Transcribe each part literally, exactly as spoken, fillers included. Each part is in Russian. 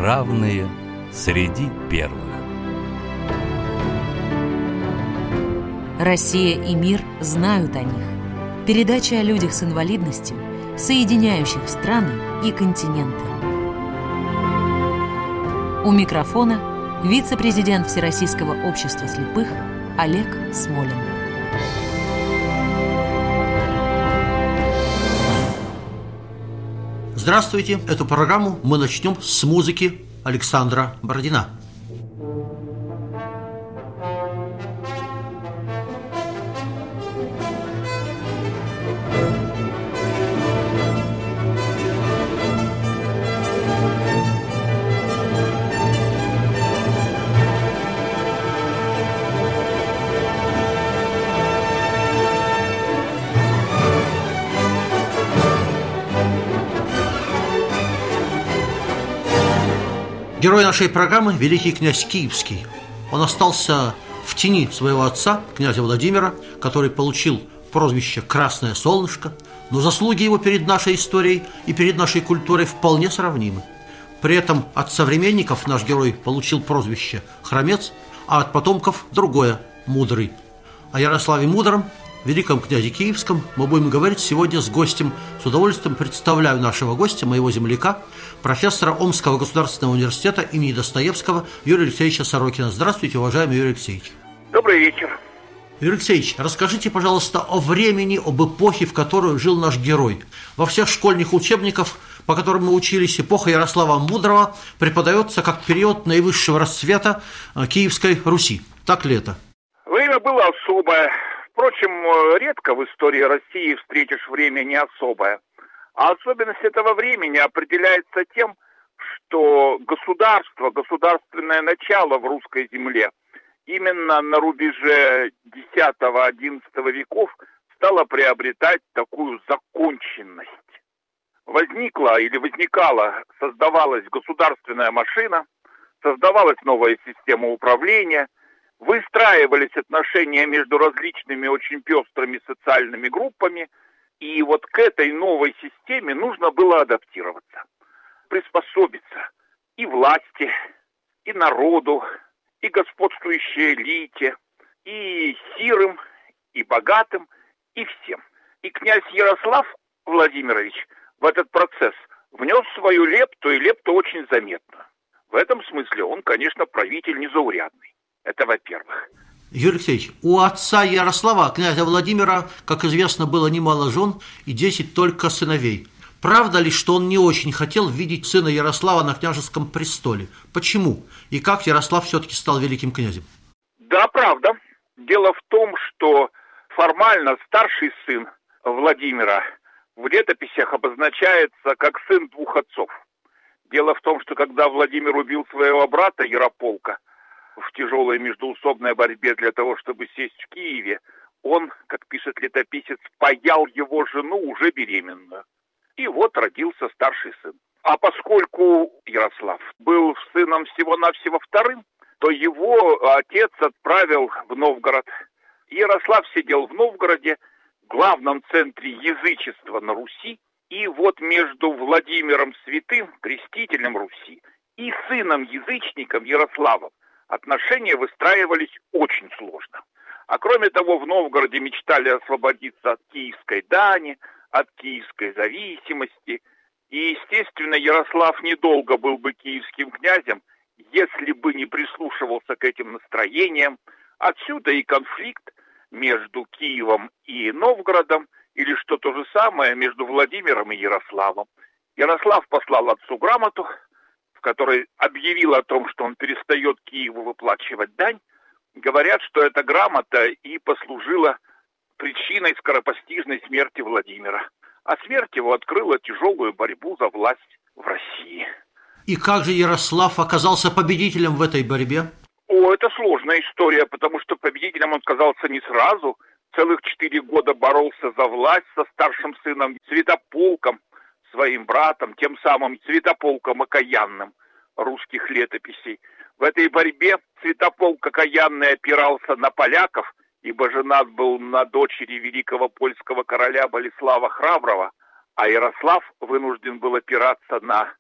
равные среди первых. Россия и мир знают о них. Передача о людях с инвалидностью, соединяющих страны и континенты. У микрофона вице-президент Всероссийского общества слепых Олег Смолин. Здравствуйте! Эту программу мы начнем с музыки Александра Бородина. Герой нашей программы – великий князь Киевский. Он остался в тени своего отца, князя Владимира, который получил прозвище «Красное солнышко», но заслуги его перед нашей историей и перед нашей культурой вполне сравнимы. При этом от современников наш герой получил прозвище «Хромец», а от потомков другое – «Мудрый». О Ярославе Мудром, великом князе Киевском, мы будем говорить сегодня с гостем. С удовольствием представляю нашего гостя, моего земляка, профессора Омского государственного университета имени Достоевского Юрия Алексеевича Сорокина. Здравствуйте, уважаемый Юрий Алексеевич. Добрый вечер. Юрий Алексеевич, расскажите, пожалуйста, о времени, об эпохе, в которой жил наш герой. Во всех школьных учебниках, по которым мы учились, эпоха Ярослава Мудрого преподается как период наивысшего расцвета Киевской Руси. Так ли это? Время было особое. Впрочем, редко в истории России встретишь время не особое. А особенность этого времени определяется тем, что государство, государственное начало в русской земле именно на рубеже десятого-одиннадцатого веков стало приобретать такую законченность. Возникла или возникала, создавалась государственная машина, создавалась новая система управления, выстраивались отношения между различными очень пестрыми социальными группами, и вот к этой новой системе нужно было адаптироваться, приспособиться и власти, и народу, и господствующей элите, и сирым, и богатым, и всем. И князь Ярослав Владимирович в этот процесс внес свою лепту, и лепту очень заметно. В этом смысле он, конечно, правитель незаурядный. Это во-первых. Юрий Алексеевич, у отца Ярослава, князя Владимира, как известно, было немало жен и десять только сыновей. Правда ли, что он не очень хотел видеть сына Ярослава на княжеском престоле? Почему? И как Ярослав все-таки стал великим князем? Да, правда. Дело в том, что формально старший сын Владимира в летописях обозначается как сын двух отцов. Дело в том, что когда Владимир убил своего брата Ярополка в тяжелой междоусобной борьбе для того, чтобы сесть в Киеве, он, как пишет летописец, паял его жену уже беременную. И вот родился старший сын. А поскольку Ярослав был сыном всего-навсего вторым, то его отец отправил в Новгород. Ярослав сидел в Новгороде, главном центре язычества на Руси, и вот между Владимиром Святым, крестителем Руси, и сыном-язычником Ярославом отношения выстраивались очень сложно. А кроме того, в Новгороде мечтали освободиться от киевской дани, от киевской зависимости. И, естественно, Ярослав недолго был бы киевским князем, если бы не прислушивался к этим настроениям. Отсюда и конфликт между Киевом и Новгородом, или что то же самое между Владимиром и Ярославом. Ярослав послал отцу грамоту, в которой объявил о том, что он перестает Киеву выплачивать дань. Говорят, что эта грамота и послужила причиной скоропостижной смерти Владимира. А смерть его открыла тяжелую борьбу за власть в России. И как же Ярослав оказался победителем в этой борьбе? О, это сложная история, потому что победителем он оказался не сразу. Целых четыре года боролся за власть со старшим сыном Святополком, своим братом, тем самым Святополком окаянным русских летописей. В этой борьбе Святополк окаянный опирался на поляков, ибо женат был на дочери великого польского короля Болеслава Храброго, а Ярослав вынужден был опираться на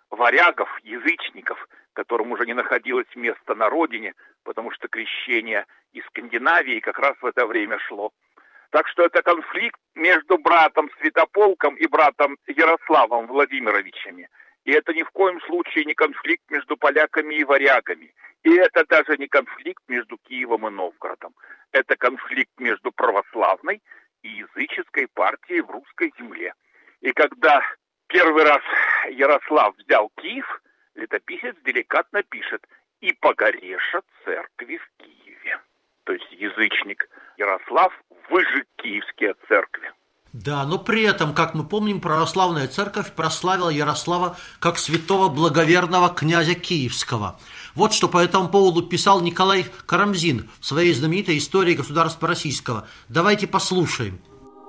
варягов, язычников, которым уже не находилось места на родине, потому что крещение из Скандинавии как раз в это время шло. Так что это конфликт между братом Святополком и братом Ярославом Владимировичами. И это ни в коем случае не конфликт между поляками и варягами. И это даже не конфликт между Киевом и Новгородом. Это конфликт между православной и языческой партией в русской земле. И когда первый раз Ярослав взял Киев, летописец деликатно пишет: «И погореша церкви в Киеве». То есть язычник Ярослав выжег киевские церкви. Да, но при этом, как мы помним, православная церковь прославила Ярослава как святого благоверного князя Киевского. Вот что по этому поводу писал Николай Карамзин в своей знаменитой истории государства российского. Давайте послушаем.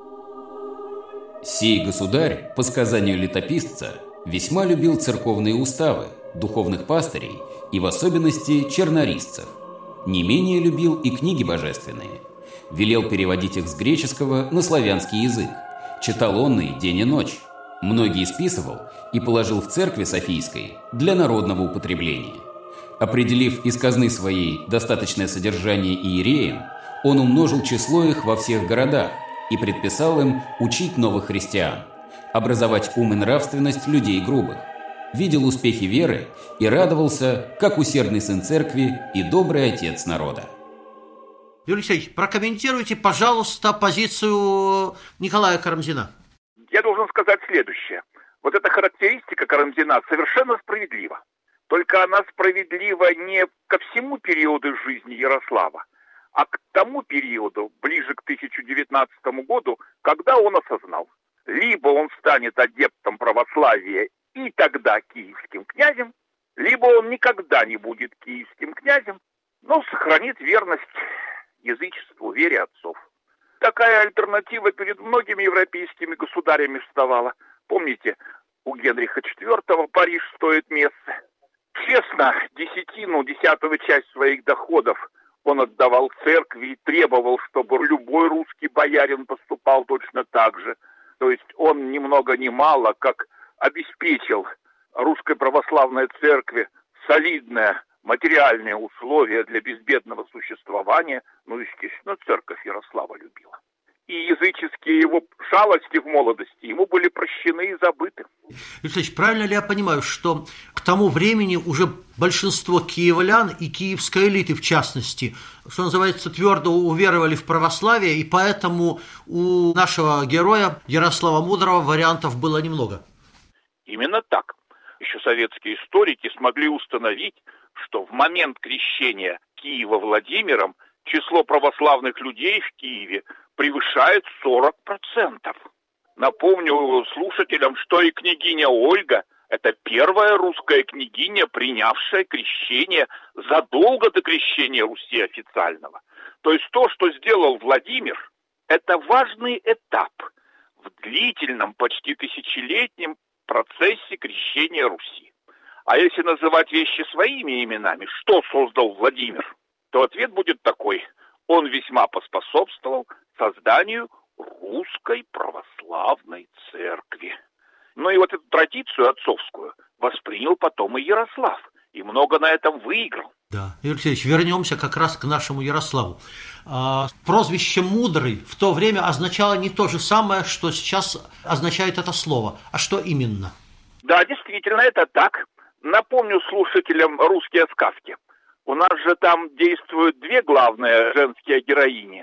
«Сей государь, по сказанию летописца, весьма любил церковные уставы, духовных пастырей и в особенности чернорисцев. Не менее любил и книги божественные. Велел переводить их с греческого на славянский язык. Читал он и день и ночь. Многие списывал и положил в церкви Софийской для народного употребления. Определив из казны своей достаточное содержание иереям, он умножил число их во всех городах и предписал им учить новых христиан, образовать ум и нравственность людей грубых. Видел успехи веры и радовался, как усердный сын церкви и добрый отец народа». Юрий Алексеевич, прокомментируйте, пожалуйста, позицию Николая Карамзина. Я должен сказать следующее. Вот эта характеристика Карамзина совершенно справедлива. Только она справедлива не ко всему периоду жизни Ярослава, а к тому периоду, ближе к тысяча девятнадцатому году, когда он осознал: либо он станет адептом православия и тогда киевским князем, либо он никогда не будет киевским князем, но сохранит верность язычеству, вере отцов. Такая альтернатива перед многими европейскими государями вставала. Помните, у Генриха четвёртого Париж стоит место. Честно, десятину, десятую часть своих доходов он отдавал церкви и требовал, чтобы любой русский боярин поступал точно так же. То есть он ни много ни мало как обеспечил русской православной церкви солидное материальные условия для безбедного существования. Ну, естественно, церковь Ярослава любила. И языческие его шалости в молодости ему были прощены и забыты. Юрий Алексеевич, правильно ли я понимаю, что к тому времени уже большинство киевлян и киевской элиты, в частности, что называется, твердо уверовали в православие, и поэтому у нашего героя Ярослава Мудрого вариантов было немного? Именно так. Еще советские историки смогли установить, что в момент крещения Киева Владимиром число православных людей в Киеве превышает сорок процентов. Напомню слушателям, что и княгиня Ольга – это первая русская княгиня, принявшая крещение задолго до крещения Руси официального. То есть то, что сделал Владимир, это важный этап в длительном, почти тысячелетнем процессе крещения Руси. А если называть вещи своими именами, что создал Владимир, то ответ будет такой: он весьма поспособствовал созданию русской православной церкви. Ну и вот эту традицию отцовскую воспринял потом и Ярослав, и много на этом выиграл. Да, Юрий Алексеевич, вернемся как раз к нашему Ярославу. А, прозвище «мудрый» в то время означало не то же самое, что сейчас означает это слово. А что именно? Да, действительно, это так. Напомню слушателям русские сказки. У нас же там действуют две главные женские героини.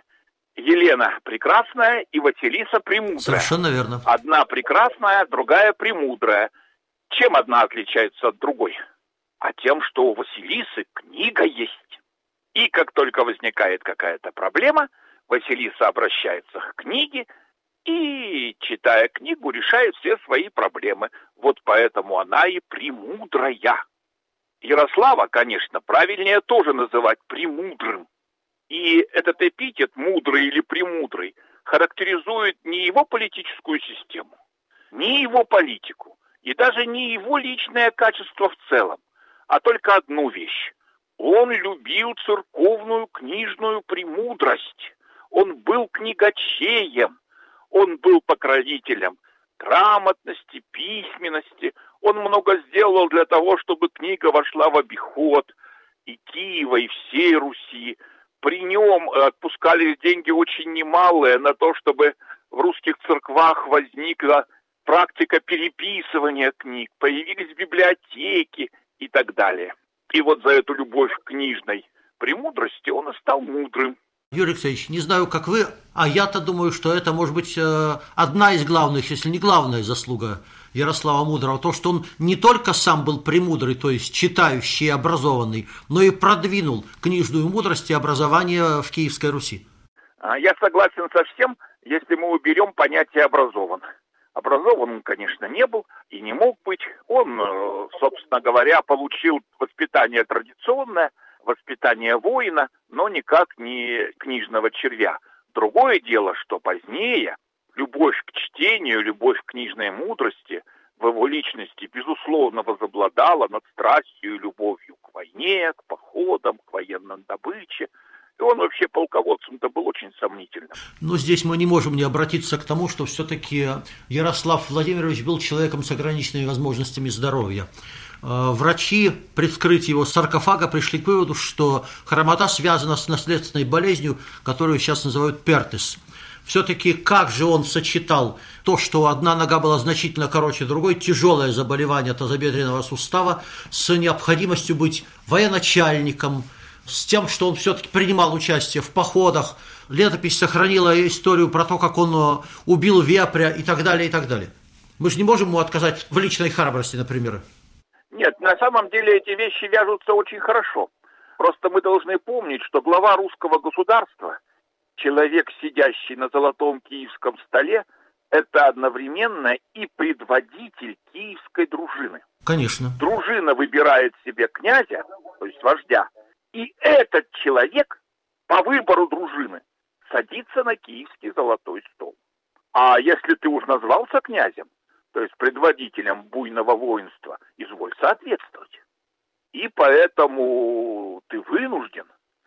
Елена прекрасная и Василиса премудрая. Совершенно верно. Одна прекрасная, другая премудрая. Чем одна отличается от другой? А тем, что у Василисы книга есть. И как только возникает какая-то проблема, Василиса обращается к книге и, читая книгу, решает все свои проблемы. Вот поэтому она и премудрая. Ярослава, конечно, правильнее тоже называть премудрым. И этот эпитет «мудрый» или «премудрый» характеризует не его политическую систему, не его политику и даже не его личное качество в целом, а только одну вещь. Он любил церковную книжную премудрость. Он был книгачеем. Он был покровителем грамотности, письменности. Он много сделал для того, чтобы книга вошла в обиход и Киева, и всей Руси. При нем отпускались деньги очень немалые на то, чтобы в русских церквах возникла практика переписывания книг, появились библиотеки и так далее. И вот за эту любовь к книжной премудрости он и стал мудрым. Юрий Алексеевич, не знаю, как вы, а я-то думаю, что это, может быть, одна из главных, если не главная заслуга Ярослава Мудрого, то, что он не только сам был премудрый, то есть читающий и образованный, но и продвинул книжную мудрость и образование в Киевской Руси. Я согласен со всем, если мы уберем понятие «образован». Образован он, конечно, не был и не мог быть. Он, собственно говоря, получил воспитание традиционное, воспитание воина, но никак не книжного червя. Другое дело, что позднее любовь к чтению, любовь к книжной мудрости в его личности, безусловно, возобладала над страстью и любовью к войне, к походам, к военной добыче. И он вообще полководцем-то был очень сомнительным. Но здесь мы не можем не обратиться к тому, что все-таки Ярослав Владимирович был человеком с ограниченными возможностями здоровья. Врачи при вскрытии его саркофага пришли к выводу, что хромота связана с наследственной болезнью, которую сейчас называют пертис. Все-таки как же он сочетал то, что одна нога была значительно короче другой, тяжелое заболевание тазобедренного сустава, с необходимостью быть военачальником, с тем, что он все-таки принимал участие в походах. Летопись сохранила историю про то, как он убил вепря и так далее, и так далее. Мы же не можем ему отказать в личной храбрости, например. Нет, на самом деле эти вещи вяжутся очень хорошо. Просто мы должны помнить, что глава русского государства, человек, сидящий на золотом киевском столе, это одновременно и предводитель киевской дружины. Конечно. Дружина выбирает себе князя, то есть вождя, и этот человек по выбору дружины садится на киевский золотой стол. А если ты уж назвался князем, то есть предводителем буйного воинства, изволь соответствовать. И поэтому ты вынужден,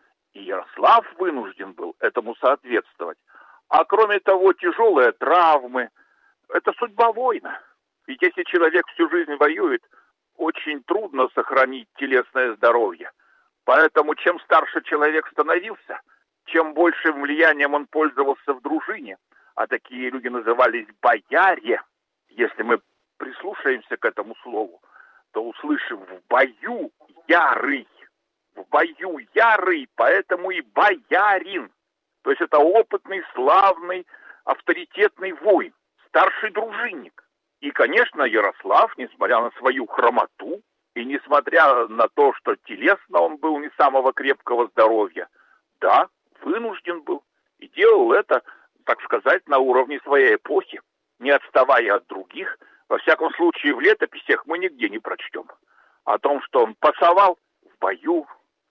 и Ярослав вынужден был этому соответствовать. А кроме того, тяжелые травмы – это судьба воина. Ведь если человек всю жизнь воюет, очень трудно сохранить телесное здоровье. Поэтому чем старше человек становился, чем большим влиянием он пользовался в дружине, а такие люди назывались бояре, если мы прислушаемся к этому слову, то услышим в бою ярый. В бою ярый, поэтому и боярин. То есть это опытный, славный, авторитетный воин, старший дружинник. И, конечно, Ярослав, несмотря на свою хромоту, и несмотря на то, что телесно он был не самого крепкого здоровья, да, вынужден был. И делал это, так сказать, на уровне своей эпохи, не отставая от других. Во всяком случае, в летописях мы нигде не прочтем о том, что он пасовал в бою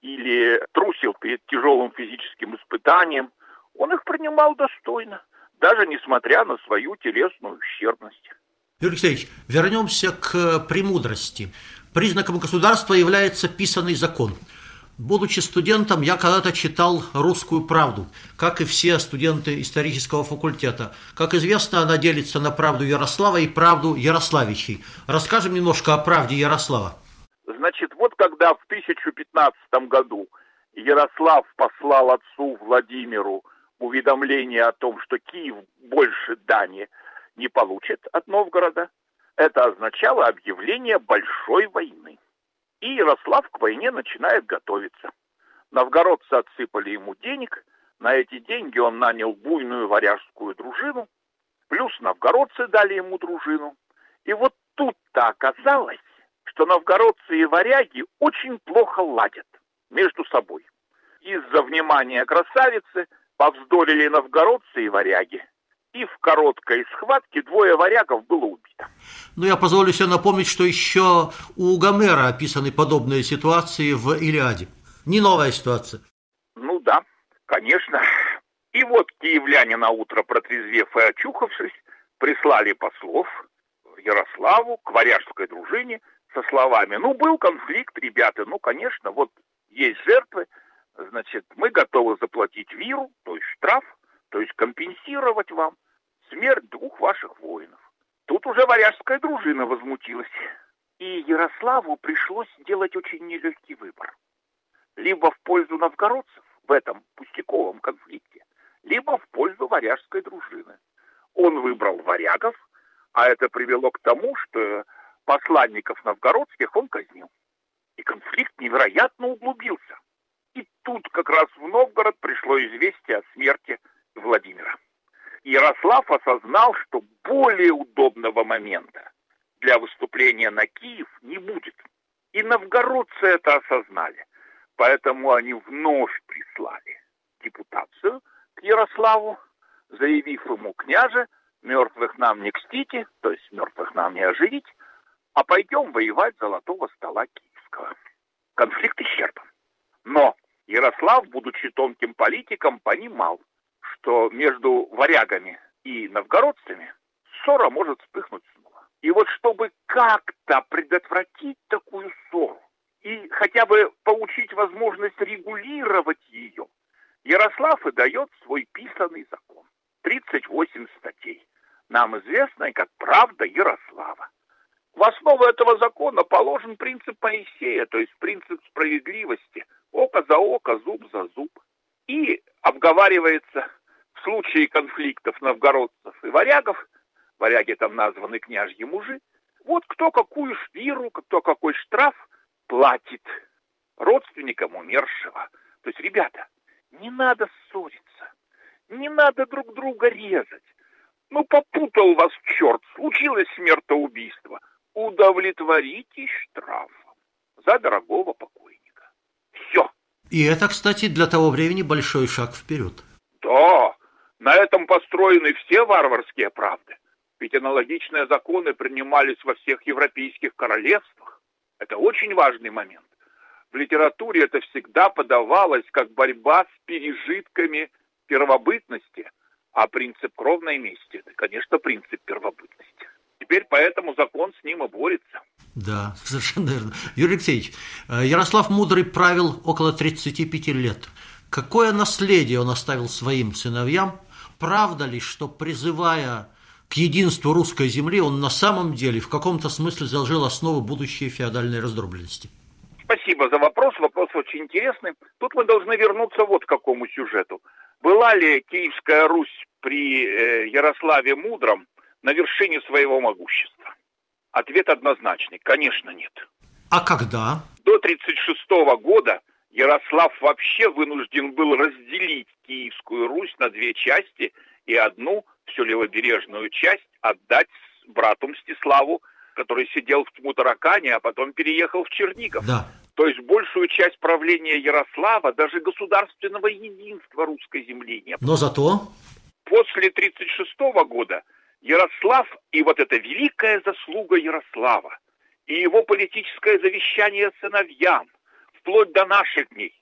или трусил перед тяжелым физическим испытанием. Он их принимал достойно, даже несмотря на свою телесную ущербность. Юрий Алексеевич, вернемся к премудрости. Признаком государства является писанный закон. Будучи студентом, я когда-то читал «Русскую правду», как и все студенты исторического факультета. Как известно, она делится на правду Ярослава и правду Ярославичей. Расскажем немножко о правде Ярослава. Значит, вот когда в тысяча пятнадцатом году Ярослав послал отцу Владимиру уведомление о том, что Киев больше дани не получит от Новгорода, это означало объявление большой войны. И Ярослав к войне начинает готовиться. Новгородцы отсыпали ему денег, на эти деньги он нанял буйную варяжскую дружину, плюс новгородцы дали ему дружину. И вот тут-то оказалось, что новгородцы и варяги очень плохо ладят между собой. Из-за внимания красавицы повздорили новгородцы и варяги. И в короткой схватке двое варягов было убито. Ну, я позволю себе напомнить, что еще у Гомера описаны подобные ситуации в Илиаде. Не новая ситуация. Ну да, конечно. И вот киевляне наутро, протрезвев и очухавшись, прислали послов Ярославу к варяжской дружине со словами: ну, был конфликт, ребята, ну, конечно, вот есть жертвы, значит, мы готовы заплатить виру, то есть штраф, то есть компенсировать вам смерть двух ваших воинов. Тут уже варяжская дружина возмутилась. И Ярославу пришлось сделать очень нелегкий выбор. Либо в пользу новгородцев в этом пустяковом конфликте, либо в пользу варяжской дружины. Он выбрал варягов, а это привело к тому, что посланников новгородских он казнил. И конфликт невероятно углубился. И тут как раз в Новгород пришло известие о смерти Владимира. Ярослав осознал, что более удобного момента для выступления на Киев не будет. И новгородцы это осознали. Поэтому они вновь прислали депутацию к Ярославу, заявив ему: княже, мертвых нам не кстите, то есть мертвых нам не оживить, а пойдем воевать золотого стола киевского. Конфликт исчерпан. Но Ярослав, будучи тонким политиком, понимал, что между варягами и новгородцами ссора может вспыхнуть снова. И вот чтобы как-то предотвратить такую ссору и хотя бы получить возможность регулировать ее, Ярослав и дает свой писанный закон. тридцать восемь статей, нам известный как «Правда Ярослава». В основу этого закона положен принцип Моисея, то есть принцип справедливости, око за око, зуб за зуб. И обговаривается в случае конфликтов новгородцев и варягов, варяги там названы княжьи мужи, вот кто какую швиру, кто какой штраф платит родственникам умершего. То есть, ребята, не надо ссориться, не надо друг друга резать. Ну, попутал вас черт, случилось смертоубийство. Удовлетворитесь штрафом за дорогого покойника. Все. И это, кстати, для того времени большой шаг вперед. Да, на этом построены все варварские правды. Ведь аналогичные законы принимались во всех европейских королевствах. Это очень важный момент. В литературе это всегда подавалось как борьба с пережитками первобытности, а принцип кровной мести – это, конечно, принцип первобытности. Теперь поэтому закон с ним и борется. Да, совершенно верно. Юрий Алексеевич, Ярослав Мудрый правил около тридцати пяти лет. Какое наследие он оставил своим сыновьям? Правда ли, что, призывая к единству русской земли, он на самом деле в каком-то смысле заложил основу будущей феодальной раздробленности? Спасибо за вопрос. Вопрос очень интересный. Тут мы должны вернуться вот к какому сюжету. Была ли Киевская Русь при э, Ярославе Мудром на вершине своего могущества? Ответ однозначный. Конечно, нет. А когда? До тридцать шестого года Ярослав вообще вынужден был разделить Киевскую Русь на две части и одну, всю левобережную часть, отдать брату Мстиславу, который сидел в Тьму-Таракане, а потом переехал в Чернигов. Да. То есть большую часть правления Ярослава, даже государственного единства русской земли не было. Но зато... После тридцать шестого года Ярослав, и вот эта великая заслуга Ярослава, и его политическое завещание сыновьям, вплоть до наших дней,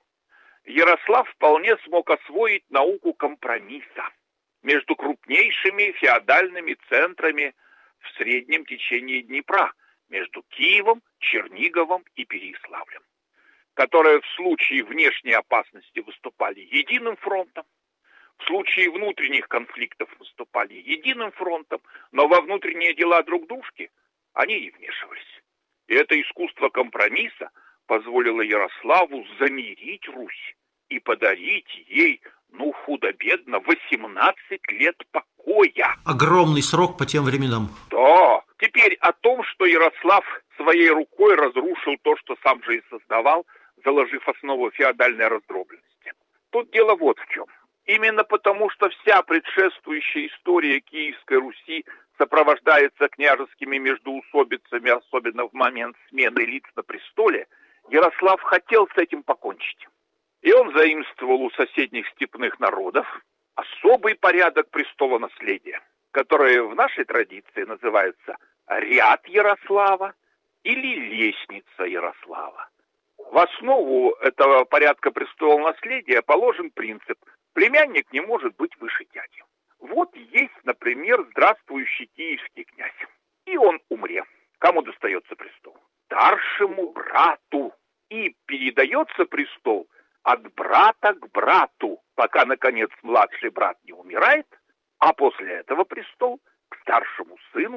Ярослав вполне смог освоить науку компромисса между крупнейшими феодальными центрами в среднем течении Днепра, между Киевом, Черниговом и Переяславлем, которые в случае внешней опасности выступали единым фронтом, в случае внутренних конфликтов выступали единым фронтом, но во внутренние дела друг дружки они не вмешивались. И это искусство компромисса позволило Ярославу замирить Русь и подарить ей, ну, худо-бедно, восемнадцать лет покоя. Огромный срок по тем временам. Да. Теперь о том, что Ярослав своей рукой разрушил то, что сам же и создавал, заложив основу феодальной раздробленности. Тут дело вот в чем. Именно потому, что вся предшествующая история Киевской Руси сопровождается княжескими междоусобицами, особенно в момент смены лиц на престоле, Ярослав хотел с этим покончить. И он заимствовал у соседних степных народов особый порядок престолонаследия, который в нашей традиции называется ряд Ярослава или лестница Ярослава. В основу этого порядка престолонаследия положен принцип: племянник не может быть выше дяди. Вот есть, например, здравствующий киевский князь. И он умре. Кому достается престол? Старшему брату. И передается престол от брата к брату, пока, наконец, младший брат не умирает, а после этого престол к старшему сыну старшего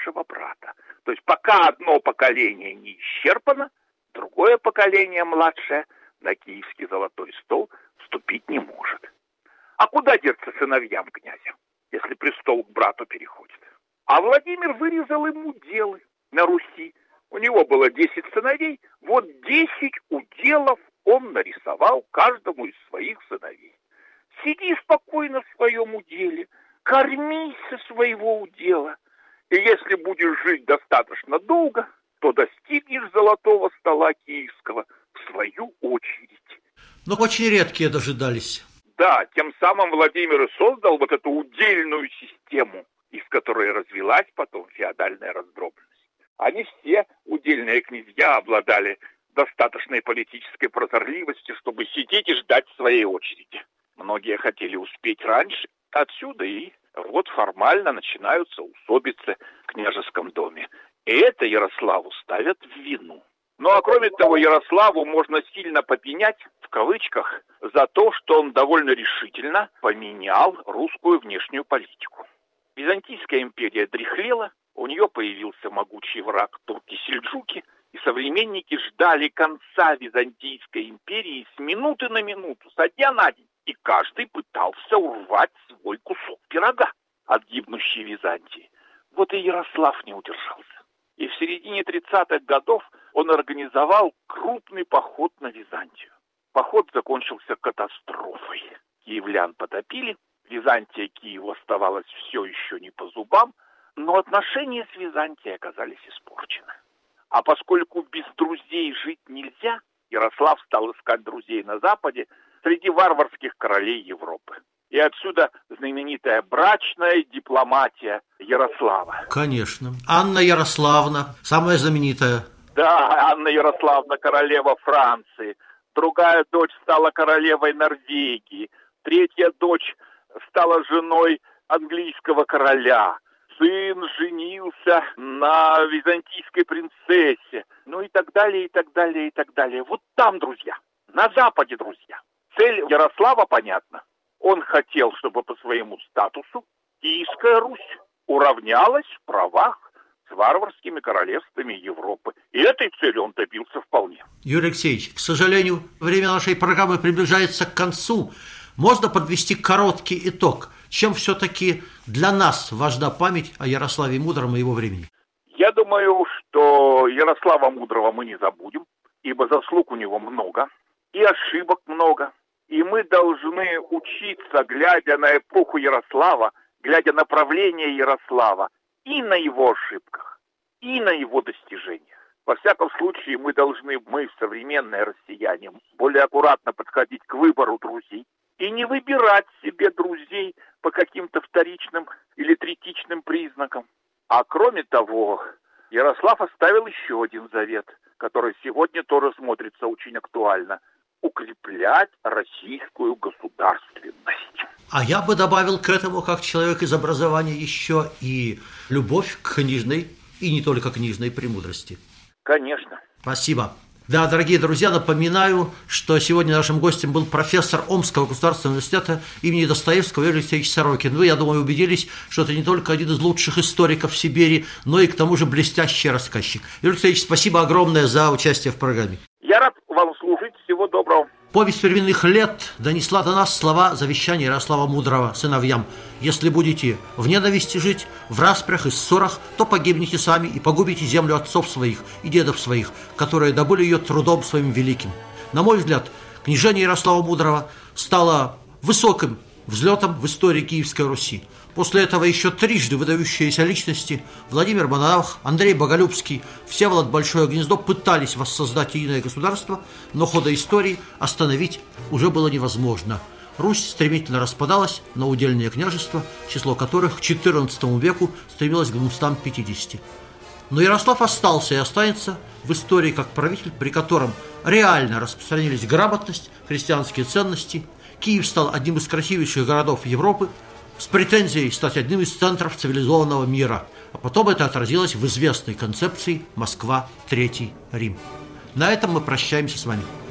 старшего брата. То есть пока одно поколение не исчерпано, другое поколение, младшее, на киевский золотой стол вступить не может. А куда деться сыновьям князя, если престол к брату переходит? А Владимир вырезал ему уделы на Руси. У него было десять сыновей, вот десять уделов он нарисовал каждому из своих сыновей. Сиди спокойно в своем уделе, кормись со своего удела. И если будешь жить достаточно долго, то достигнешь золотого стола киевского в свою очередь. Но очень редкие дожидались. Да, тем самым Владимир и создал вот эту удельную систему, из которой развилась потом феодальная раздробленность. Они все, удельные князья, обладали достаточной политической прозорливостью, чтобы сидеть и ждать своей очереди. Многие хотели успеть раньше, отсюда и вот формально начинаются усобицы в княжеском доме. И это Ярославу ставят в вину. Ну а кроме того, Ярославу можно сильно попенять, в кавычках, за то, что он довольно решительно поменял русскую внешнюю политику. Византийская империя дряхлела, у нее появился могучий враг турки-сельджуки, и современники ждали конца Византийской империи с минуты на минуту, со дня на день. И каждый пытался урвать свой кусок пирога от гибнущей Византии. Вот и Ярослав не удержался. И в середине тридцатых годов он организовал крупный поход на Византию. Поход закончился катастрофой. Киевлян потопили, Византия Киеву оставалась все еще не по зубам, но отношения с Византией оказались испорчены. А поскольку без друзей жить нельзя, Ярослав стал искать друзей на Западе среди варварских королей Европы. И отсюда знаменитая брачная дипломатия Ярослава. Конечно. Анна Ярославна, самая знаменитая. Да, Анна Ярославна, королева Франции. Другая дочь стала королевой Норвегии. Третья дочь стала женой английского короля. Сын женился на византийской принцессе. Ну и так далее, и так далее, и так далее. Вот там, друзья, на Западе, друзья. Цель Ярослава понятна. Он хотел, чтобы по своему статусу Киевская Русь уравнялась в правах с варварскими королевствами Европы. И этой цели он добился вполне. Юрий Алексеевич, к сожалению, время нашей программы приближается к концу. Можно подвести короткий итог. Чем все-таки для нас важна память о Ярославе Мудром и его времени? Я думаю, что Ярослава Мудрого мы не забудем, ибо заслуг у него много, и ошибок много. И мы должны учиться, глядя на эпоху Ярослава, глядя на правление Ярослава, и на его ошибках, и на его достижениях. Во всяком случае, мы должны, мы, современные россияне, более аккуратно подходить к выбору друзей и не выбирать себе друзей по каким-то вторичным или третичным признакам. А кроме того, Ярослав оставил еще один завет, который сегодня тоже смотрится очень актуально – укреплять российскую государственность. А я бы добавил к этому, как человек из образования, еще и любовь к книжной, и не только книжной премудрости. Конечно. Спасибо. Да, дорогие друзья, напоминаю, что сегодня нашим гостем был профессор Омского государственного университета имени Достоевского Юрий Алексеевич Сорокин. Вы, я думаю, убедились, что это не только один из лучших историков Сибири, но и к тому же блестящий рассказчик. Юрий Алексеевич, спасибо огромное за участие в программе. Я рад вам служить. Всего доброго. Повесть временных лет донесла до нас слова завещания Ярослава Мудрого сыновьям. Если будете в ненависти жить, в распрях и ссорах, то погибнете сами и погубите землю отцов своих и дедов своих, которые добыли ее трудом своим великим. На мой взгляд, княжение Ярослава Мудрого стало высоким взлетом в истории Киевской Руси. После этого еще трижды выдающиеся личности Владимир Мономах, Андрей Боголюбский, Всеволод Большое Гнездо пытались воссоздать единое государство, но хода истории остановить уже было невозможно. Русь стремительно распадалась на удельные княжества, число которых к четырнадцатому веку стремилось к двумстам пятидесяти. Но Ярослав остался и останется в истории как правитель, при котором реально распространились грамотность, христианские ценности. Киев стал одним из красивейших городов Европы, с претензией стать одним из центров цивилизованного мира. А потом это отразилось в известной концепции «Москва, Третий Рим». На этом мы прощаемся с вами.